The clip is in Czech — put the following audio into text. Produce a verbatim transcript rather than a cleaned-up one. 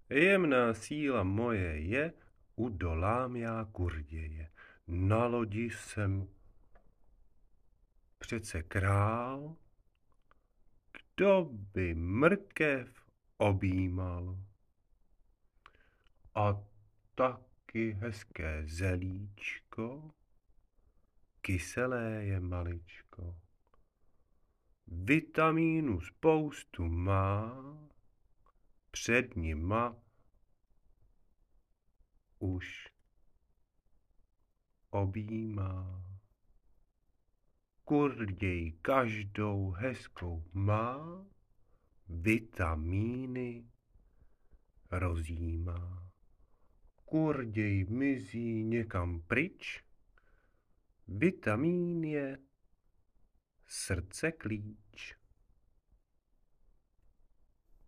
Jemná síla moje je, udolám já kurděje. Na lodi jsem přece král, kdo by mrkev objímal. A taky hezké zelíčko, kyselé je maličko. Vitamínu spoustu má, před nima už objímá. Kurděj každou hezkou má, vitamíny rozjímá. Kurděj mizí někam pryč, vitamín je srdce klíč.